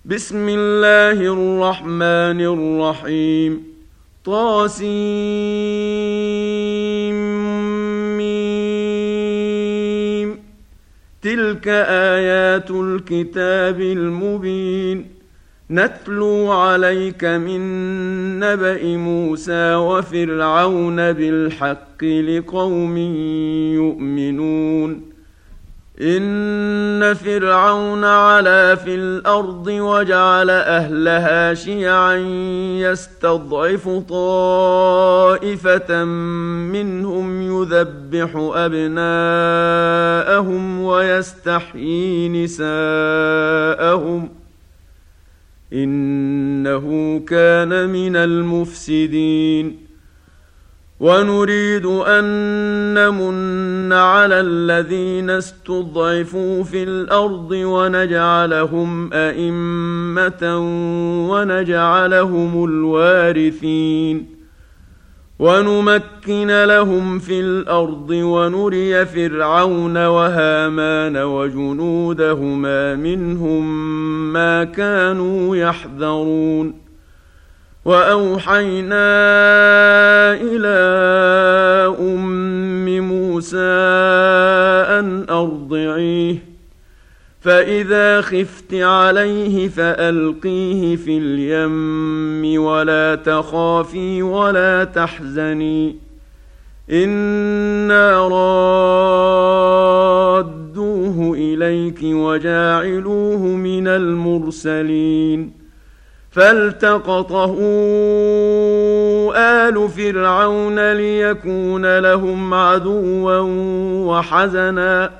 بسم الله الرحمن الرحيم. طاسيم. تلك آيات الكتاب المبين. نتلو عليك من نبأ موسى وفرعون بالحق لقوم يؤمنون. إن فرعون علا في الأرض وجعل أهلها شيعا يستضعف طائفة منهم يذبح أبناءهم ويستحيي نساءهم إنه كان من المفسدين. ونريد أن نمن على الذين استضعفوا في الأرض ونجعلهم أئمة ونجعلهم الوارثين ونمكن لهم في الأرض ونري فرعون وهامان وجنودهما منهم ما كانوا يحذرون. وأوحينا إلى أم موسى أن أرضعيه فإذا خفت عليه فألقيه في اليم ولا تخافي ولا تحزني إنا رادوه إليك وجاعلوه من المرسلين. فالتقطه آل فرعون ليكون لهم عدوا وحزنا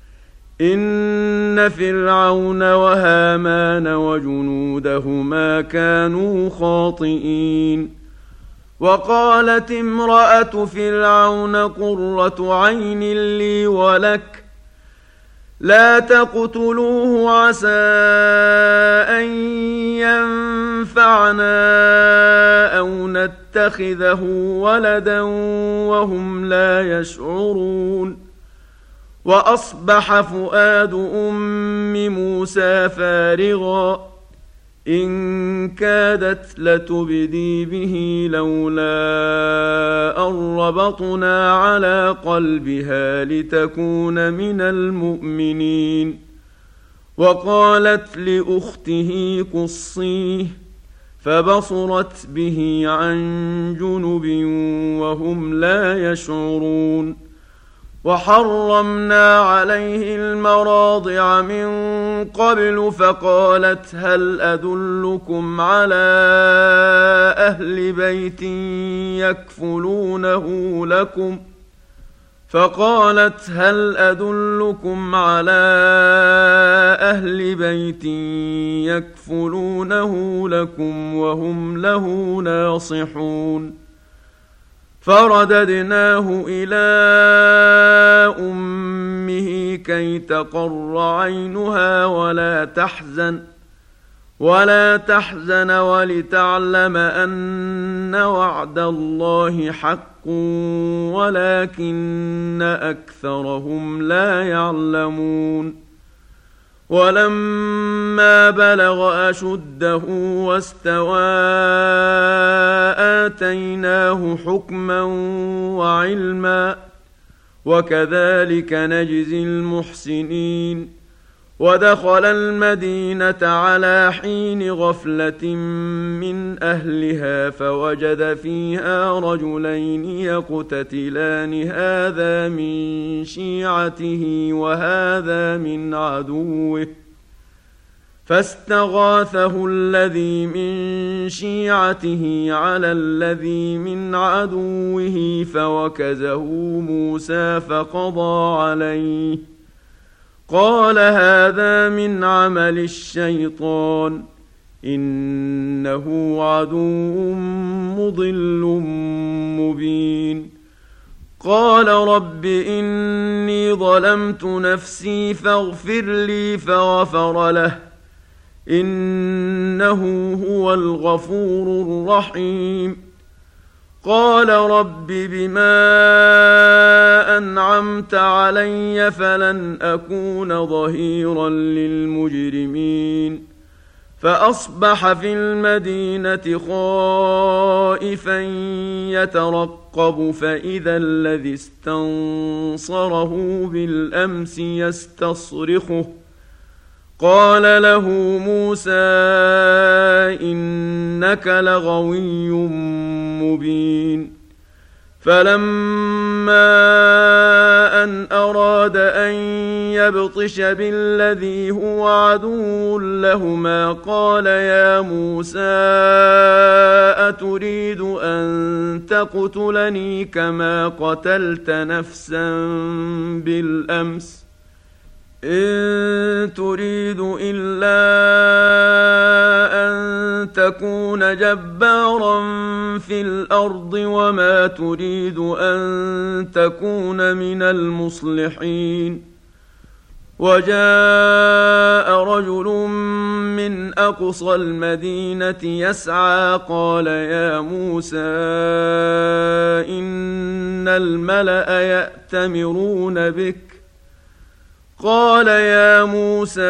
إن فرعون وهامان وجنودهما كانوا خاطئين. وقالت امرأة فرعون قرة عين لي ولك لا تقتلوه عسى أن ينفعنا أو نتخذه ولدا وهم لا يشعرون. وأصبح فؤاد أم موسى فارغا إن كادت لتبدي به لولا أن ربطنا على قلبها لتكون من المؤمنين. وقالت لأخته قصيه فبصرت به عن جنب وهم لا يشعرون. وحرمنا عليه المراضع من قبل فقالت هل أدلكم على أهل بيت يكفلونه لكم وهم له ناصحون. فرددناه إلى أمه كي تقر عينها ولا تحزن ولتعلم أن وعد الله حق ولكن أكثرهم لا يعلمون. ولما بلغ أشده واستوى آتيناه حكما وعلما وكذلك نجزي المحسنين. ودخل المدينة على حين غفلة من أهلها فوجد فيها رجلين يقتتلان هذا من شيعته وهذا من عدوه فاستغاثه الذي من شيعته على الذي من عدوه فوكزه موسى فقضى عليه قال هذا من عمل الشيطان إنه عدو مضل مبين. قال رب إني ظلمت نفسي فاغفر لي فغفر له إنه هو الغفور الرحيم. قال رب بما أنعمت علي فلن أكون ظهيرا للمجرمين فأصبح في المدينة خائفا يترقب فإذا الذي استنصره بالأمس يستصرخه قال له موسى إنك لغوي مبين فلما أن أراد أن يبطش بالذي هو عدو لهما قال يا موسى أتريد أن تقتلني كما قتلت نفسا بالأمس إن تريد إلا أن تكون جبارا في الأرض وما تريد أن تكون من المصلحين وجاء رجل من أقصى المدينة يسعى قال يا موسى إن الملأ يأتمرون بك قال يا موسى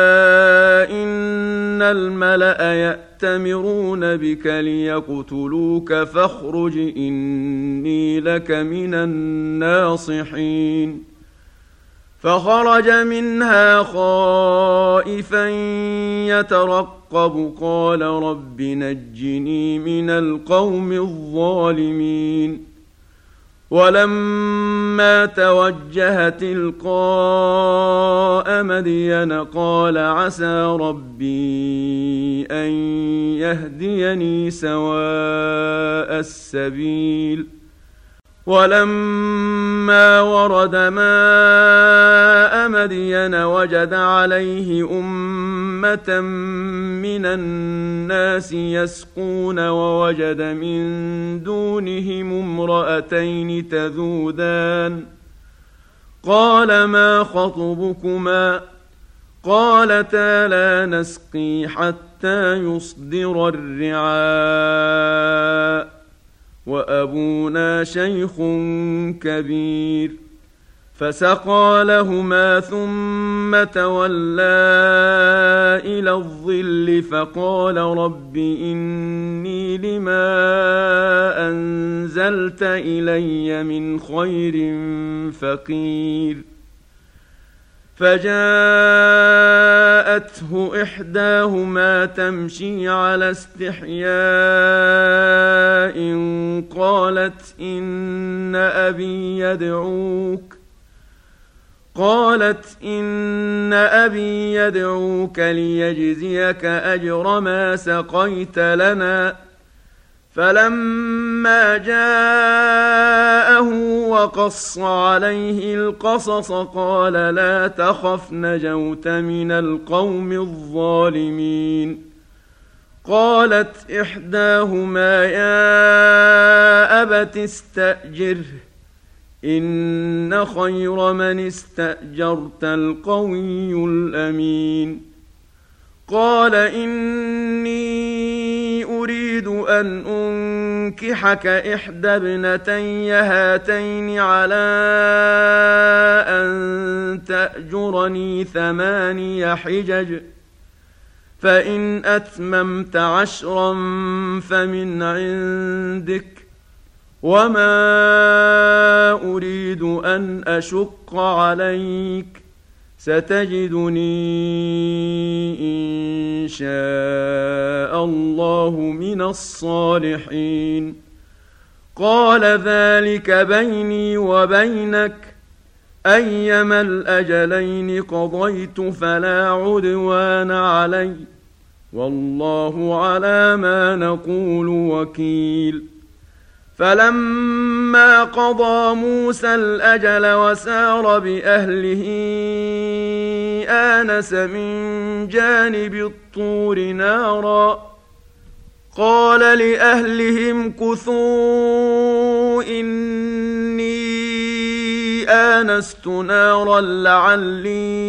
إن الملأ يأتمرون بك ليقتلوك فاخرج إني لك من الناصحين فخرج منها خائفا يترقب قال رب نجني من القوم الظالمين ولما توجه تلقاء مدين قال عسى ربي أن يهديني سواء السبيل ولما ورد ماء مدين وجد عليه أمة من الناس يسقون ووجد من دونهم امرأتين تذودان قال ما خطبكما قالتا لا نسقي حتى يصدر الرعاء وأبونا شيخ كبير فسقى لهما ثم تولى إلى الظل فقال رب إني لما أنزلت إلي من خير فقير فجاءته إحداهما تمشي على استحياء قالت إن أبي يدعوك ليجزيك أجر ما سقيت لنا فلما جاءه وقص عليه القصص قال لا تخف نجوت من القوم الظالمين قالت إحداهما يا أبت استأجره إن خير من استأجرت القوي الأمين قال إني أريد أن أنكحك إحدى ابنتي هاتين على أن تأجرني 8 حجج فإن أتممت 10 فمن عندك وما أريد أن أشق عليك ستجدني إن شاء الله من الصالحين قال ذلك بيني وبينك أيما الأجلين قضيت فلا عدوان علي والله على ما نقول وكيل فلما قضى موسى الأجل وسار بأهله آنس من جانب الطور نارا قال لأهلهم كثوا إني آنست نارا لعلي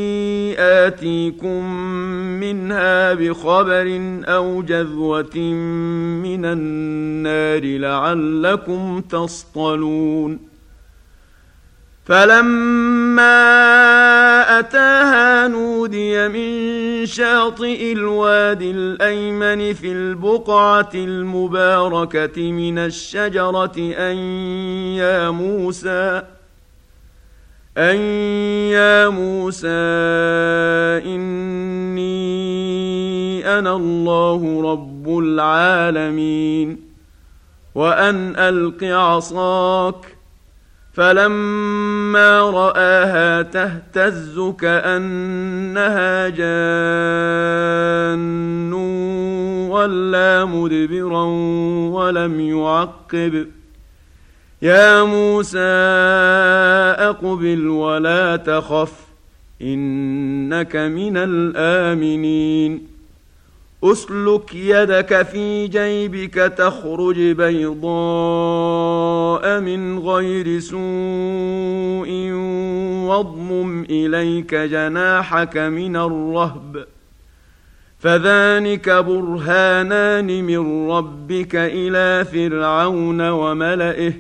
آتيكم منها بخبر أو جذوة من النار لعلكم تصطلون فلما أتاها نودي من شاطئ الوادي الأيمن في البقعة المباركة من الشجرة أن يا موسى إني أنا الله رب العالمين وأن ألق عصاك. فلما رآها تهتز كأنها جان ولى مدبرا ولم يعقب. يا موسى أقبل ولا تخف إنك من الآمنين. أسلك يدك في جيبك تخرج بيضاء من غير سوء واضمم إليك جناحك من الرهب فذلك برهانان من ربك إلى فرعون وملئه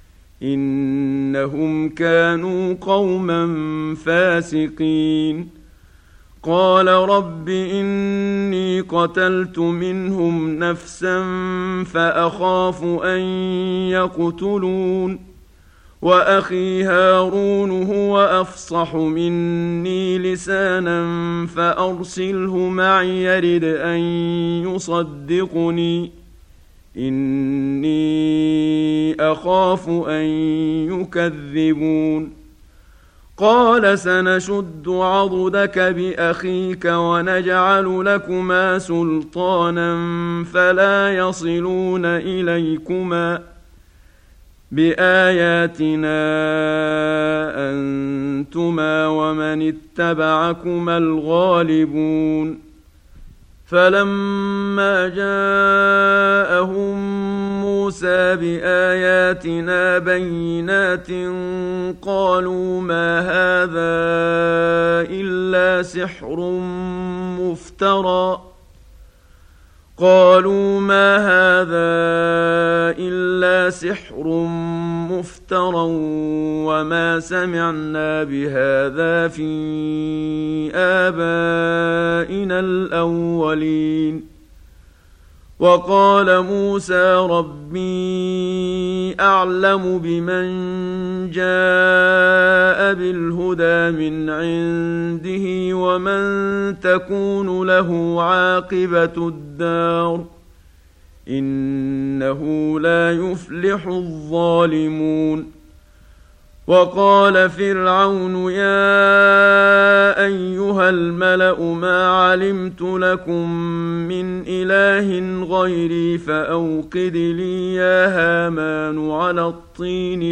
إنهم كانوا قوما فاسقين. قال رب إني قتلت منهم نفسا فأخاف أن يقتلون وأخي هارون هو أفصح مني لسانا فأرسله معي يرد أن يصدقني إني أخاف أن يكذبون. قال سنشد عضدك بأخيك ونجعل لكما سلطانا فلا يصلون إليكما بآياتنا أنتما ومن اتبعكما الغالبون. فلما جاءهم موسى بآياتنا بينات قالوا ما هذا إلا سحر مفترى وما سمعنا بهذا في آبائنا الأولين. وقال موسى ربي أعلم بمن جاء بالهدى من عنده ومن تكون له عاقبة الدار إنه لا يفلح الظالمون. وقال فرعون يا أيها الملأ ما علمت لكم من إله غيري فأوقد لي يا هامان على الطين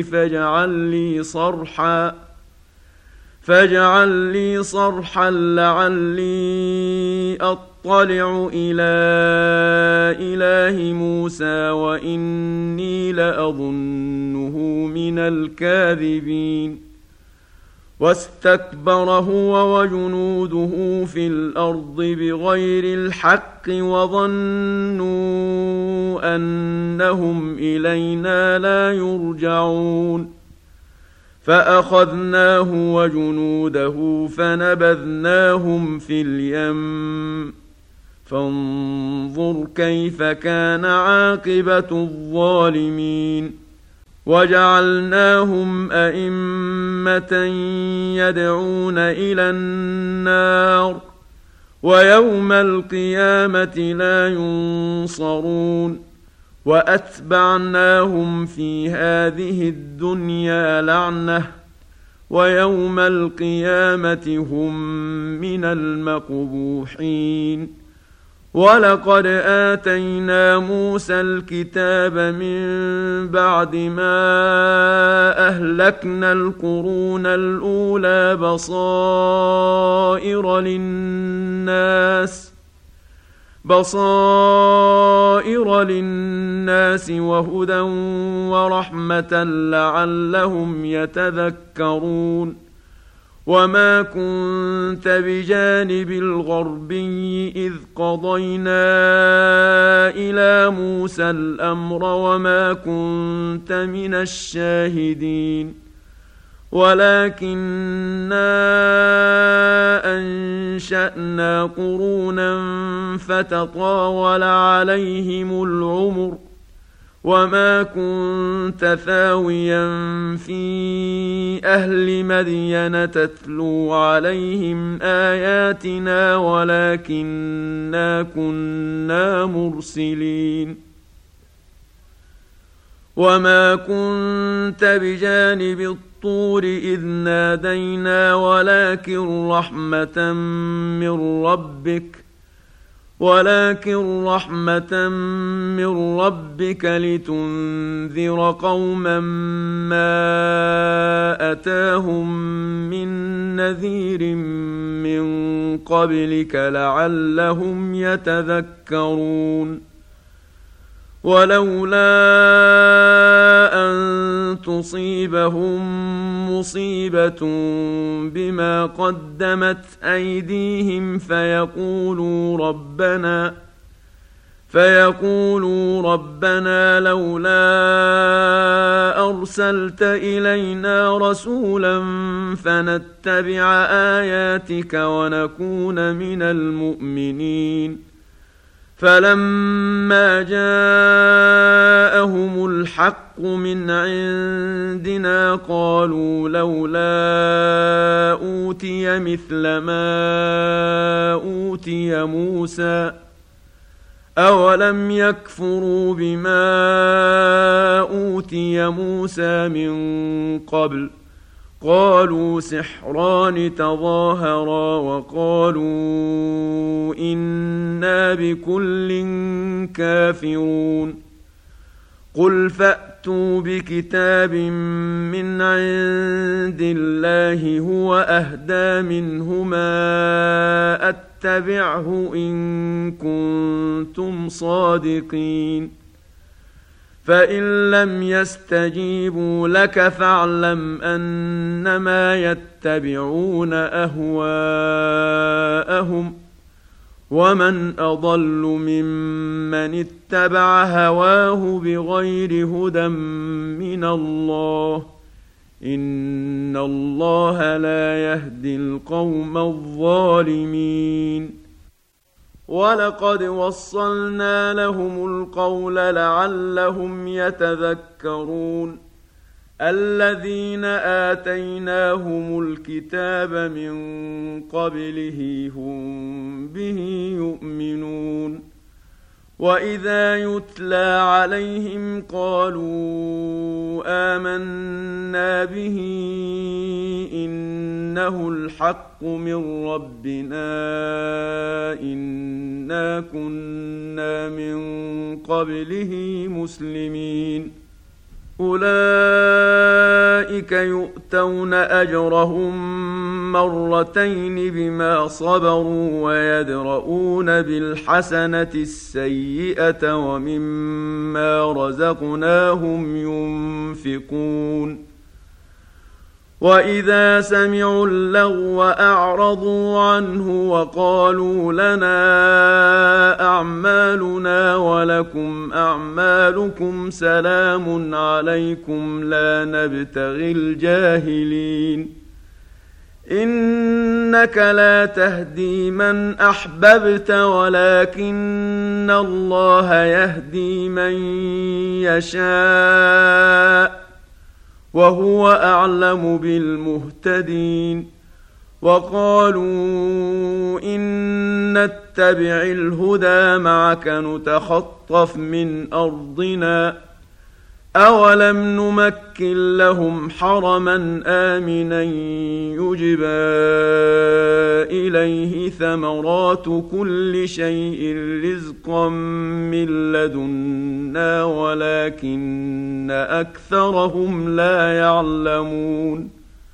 فاجعل لي صرحا لعلي أطلع إلى إله موسى وإني لأظنه من الكاذبين. واستكبر هو وجنوده في الأرض بغير الحق وظنوا أنهم إلينا لا يرجعون. فأخذناه وجنوده فنبذناهم في اليم فانظر كيف كان عاقبة الظالمين. وجعلناهم أئمة يدعون إلى النار ويوم القيامة لا ينصرون. وأتبعناهم في هذه الدنيا لعنة ويوم القيامة هم من المقبوحين. ولقد آتينا موسى الكتاب من بعد ما أهلكنا القرون الأولى بصائر للناس وهدى ورحمة لعلهم يتذكرون. وما كنت بجانب الغربي إذ قضينا إلى موسى الأمر وما كنت من الشاهدين. ولكننا أنشأنا قرونا فتطاول عليهم العمر وما كنت ثاويا في أهل مدين تتلو عليهم آياتنا ولكننا كنا مرسلين وما كنت بجانب الطور إذ نادينا ولكن رحمة من ربك لتنذر قوما ما أتاهم من نذير من قبلك لعلهم يتذكرون ولولا أن تصيبهم مصيبة بما قدمت أيديهم فيقولوا ربنا لولا أرسلت إلينا رسولا فنتبع آياتك ونكون من المؤمنين فلما جاءهم الحق من عندنا قالوا لولا أوتي مثل ما أوتي موسى أولم يكفروا بما أوتي موسى من قبل قالوا سحران تظاهرا وقالوا إنا بكل كافرون قل فأتوا بكتاب من عند الله هو أهدى منهما أتبعه إن كنتم صادقين فإن لم يستجيبوا لك فاعلم أنما يتبعون أهواءهم ومن أضل ممن اتبع هواه بغير هدى من الله إن الله لا يهدي القوم الظالمين ولقد وصلنا لهم القول لعلهم يتذكرون الذين آتيناهم الكتاب من قبله هم به يؤمنون وإذا يتلى عليهم قالوا آمنا به إنه الحق من ربنا إنا كنا من قبله مسلمين أولئك يؤتون أجرهم مرتين بما صبروا ويدرؤون بالحسنة السيئة ومما رزقناهم ينفقون وإذا سمعوا اللغو أعرضوا عنه وقالوا لنا أعمالنا ولكم أعمالكم سلام عليكم لا نبتغي الجاهلين إنك لا تهدي من أحببت ولكن الله يهدي من يشاء وهو أعلم بالمهتدين وقالوا إن نتبع الهدى معك نتخطف من أرضنا أولم نمكن لهم حرما آمنا يجبى إليه ثمرات كل شيء رزقا من لدنا ولكن أكثرهم لا يعلمون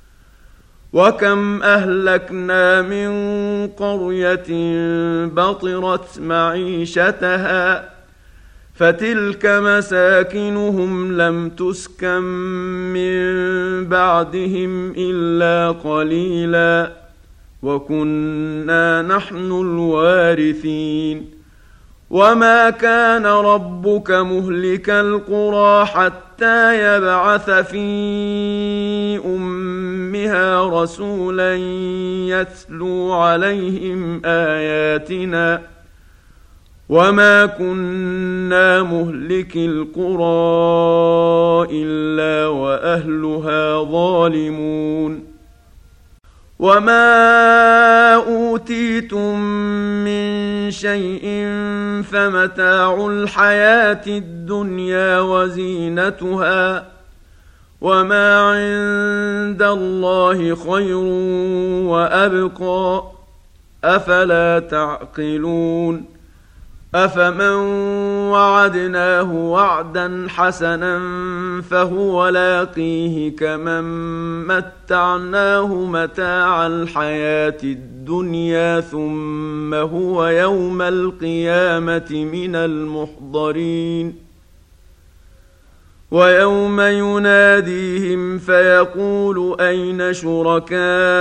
وكم أهلكنا من قرية بطرت معيشتها فتلك مساكنهم لم تسكن من بعدهم إلا قليلا وكنا نحن الوارثين وما كان ربك مهلك القرى حتى يبعث في أمة بها رسولا يتلو عليهم آياتنا وما كنا مهلك القرى إلا وأهلها ظالمون وما أوتيتم من شيء فمتاع الحياة الدنيا وزينتها وما عند الله خير وأبقى أفلا تعقلون أفمن وعدناه وعدا حسنا فهو لاقيه كمن متعناه متاع الحياة الدنيا ثم هو يوم القيامة من المحضرين ويوم يناديهم فيقول أين شركائي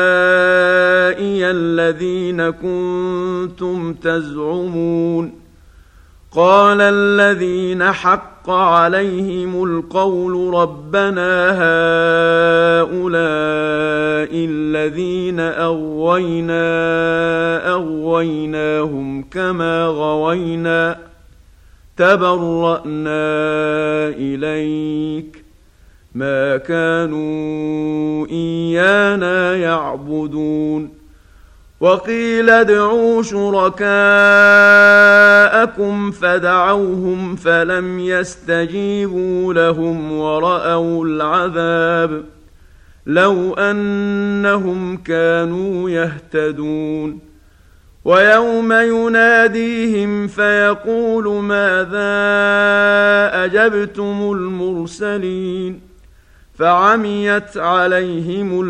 الذين كنتم تزعمون قال الذين حق عليهم القول ربنا هؤلاء الذين أغويناهم كما غوينا تبرأنا إليك ما كانوا إيانا يعبدون وقيل ادعوا شركاءكم فدعوهم فلم يستجيبوا لهم ورأوا العذاب لو أنهم كانوا يهتدون ويوم يناديهم فيقول ماذا أجبتم المرسلين فعميت عليهم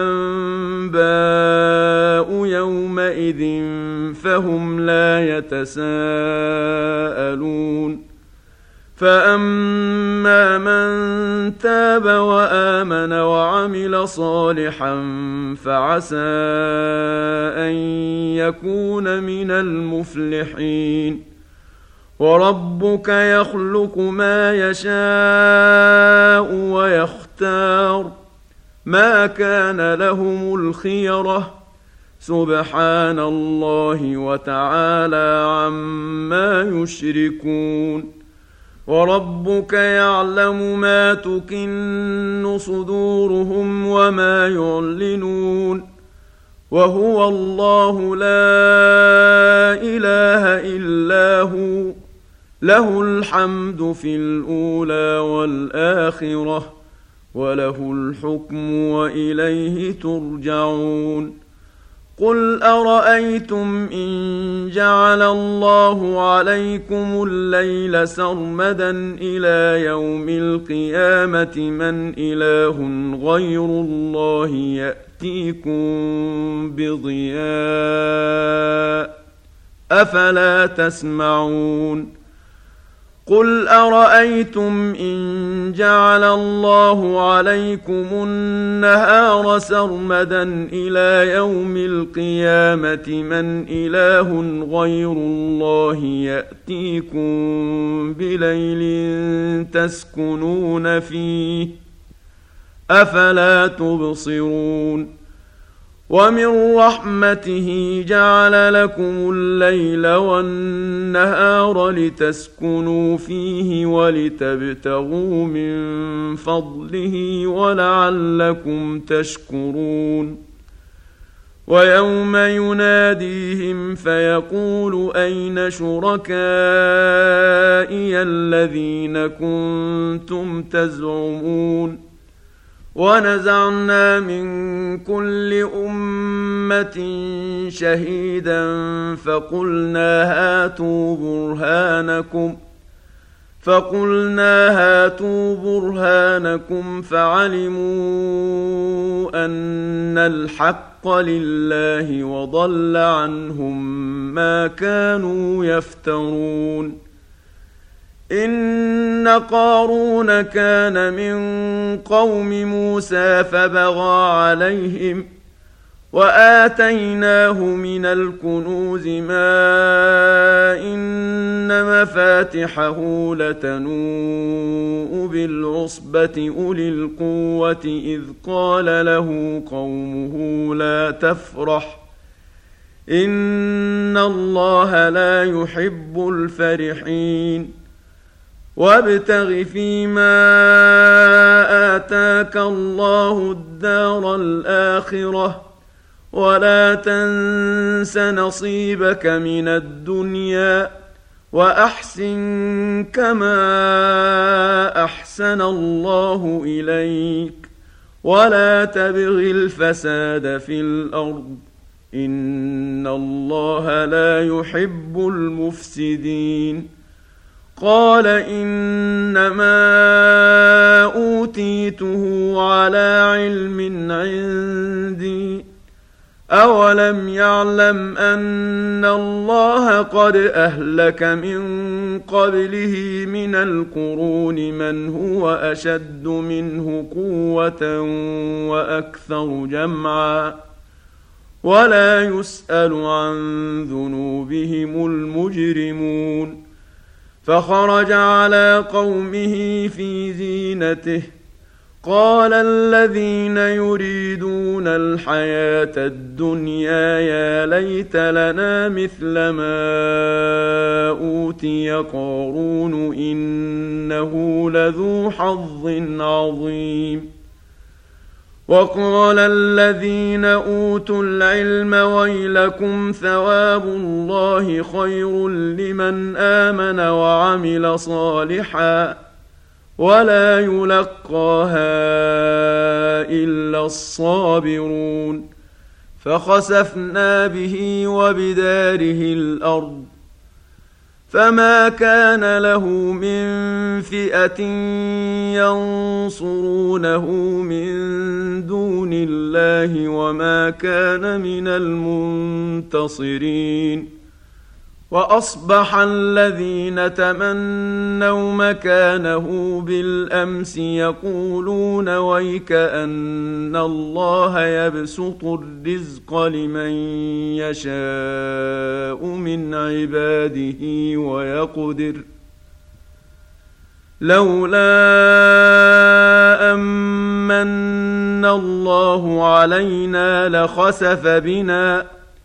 الأنباء يومئذ فهم لا يتساءلون فأما من تاب وآمن وعمل صالحا فعسى أن يكون من المفلحين وربك يخلق ما يشاء ويختار ما كان لهم الخيرة سبحان الله وتعالى عما يشركون وربك يعلم ما تكن صدورهم وما يعلنون وهو الله لا إله إلا هو له الحمد في الأولى والآخرة وله الحكم وإليه ترجعون قل أرأيتم إن جعل الله عليكم الليل سرمدا إلى يوم القيامة من إله غير الله يأتيكم بضياء أفلا تسمعون قل أرأيتم إن جعل الله عليكم النهار سرمدا إلى يوم القيامة من إله غير الله يأتيكم بليل تسكنون فيه أفلا تبصرون ومن رحمته جعل لكم الليل والنهار لتسكنوا فيه ولتبتغوا من فضله ولعلكم تشكرون ويوم يناديهم فيقول أين شركائي الذين كنتم تزعمون ونزعنا من كل أمة شهيدا فقلنا هاتوا برهانكم فعلموا أن الحق لله وضل عنهم ما كانوا يفترون إن قارون كان من قوم موسى فبغى عليهم وآتيناه من الكنوز ما إن مفاتحه لتنوء بالعصبة أولي القوة إذ قال له قومه لا تفرح إن الله لا يحب الفرحين وابتغ فيما آتاك الله الدار الآخرة ولا تنس نصيبك من الدنيا وأحسن كما أحسن الله إليك ولا تبغ الفساد في الأرض إن الله لا يحب المفسدين قال إنما أوتيته على علم عندي أولم يعلم أن الله قد أهلك من قبله من القرون من هو أشد منه قوة وأكثر جمعا ولا يسأل عن ذنوبهم المجرمون فخرج على قومه في زينته قال الذين يريدون الحياة الدنيا يا ليت لنا مثل ما أوتي قارون إنه لذو حظ عظيم وقال الذين أوتوا العلم ويلكم ثواب الله خير لمن آمن وعمل صالحا ولا يلقاها إلا الصابرون فخسفنا به وبداره الأرض فما كان له من فئة ينصرونه من دون الله وما كان من المنتصرين وأصبح الذين تمنوا مكانه بالأمس يقولون ويك أن الله يبسط الرزق لمن يشاء من عباده ويقدر لولا أمن الله علينا لخسف بنا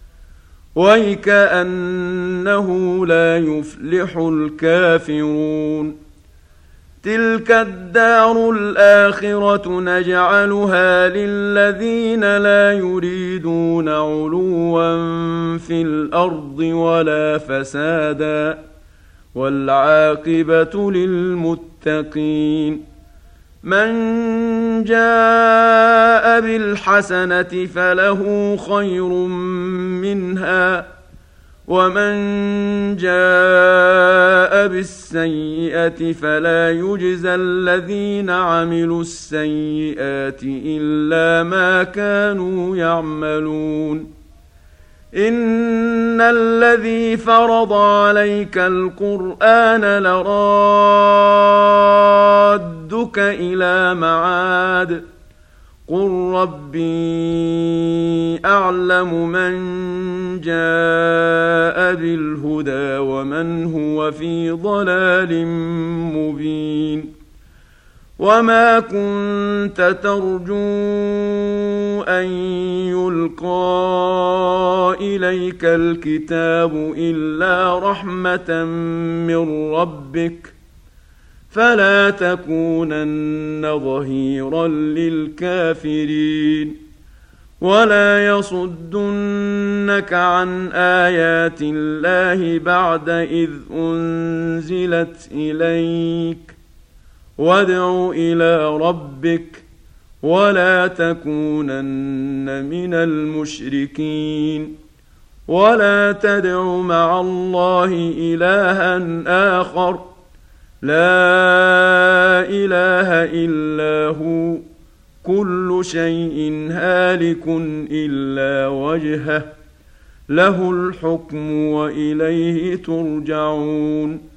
ويكأنه لا يفلح الكافرون تلك الدار الآخرة نجعلها للذين لا يريدون علوا في الأرض ولا فسادا والعاقبة للمتقين من جاء بالحسنة فله خير منها ومن جاء بالسيئة فلا يجزى الذين عملوا السيئات إلا ما كانوا يعملون إن الذي فرض عليك القرآن لرادك إلى معاد قل ربي أعلم من جاء بالهدى ومن هو في ضلال مبين وما كنت ترجو أن يلقى إليك الكتاب إلا رحمة من ربك فلا تكونن ظهيرا للكافرين ولا يصدنك عن آيات الله بعد إذ أنزلت إليك وادع إلى ربك ولا تكونن من المشركين ولا تدع مع الله إلها آخر لا إله إلا هو كل شيء هالك إلا وجهه له الحكم وإليه ترجعون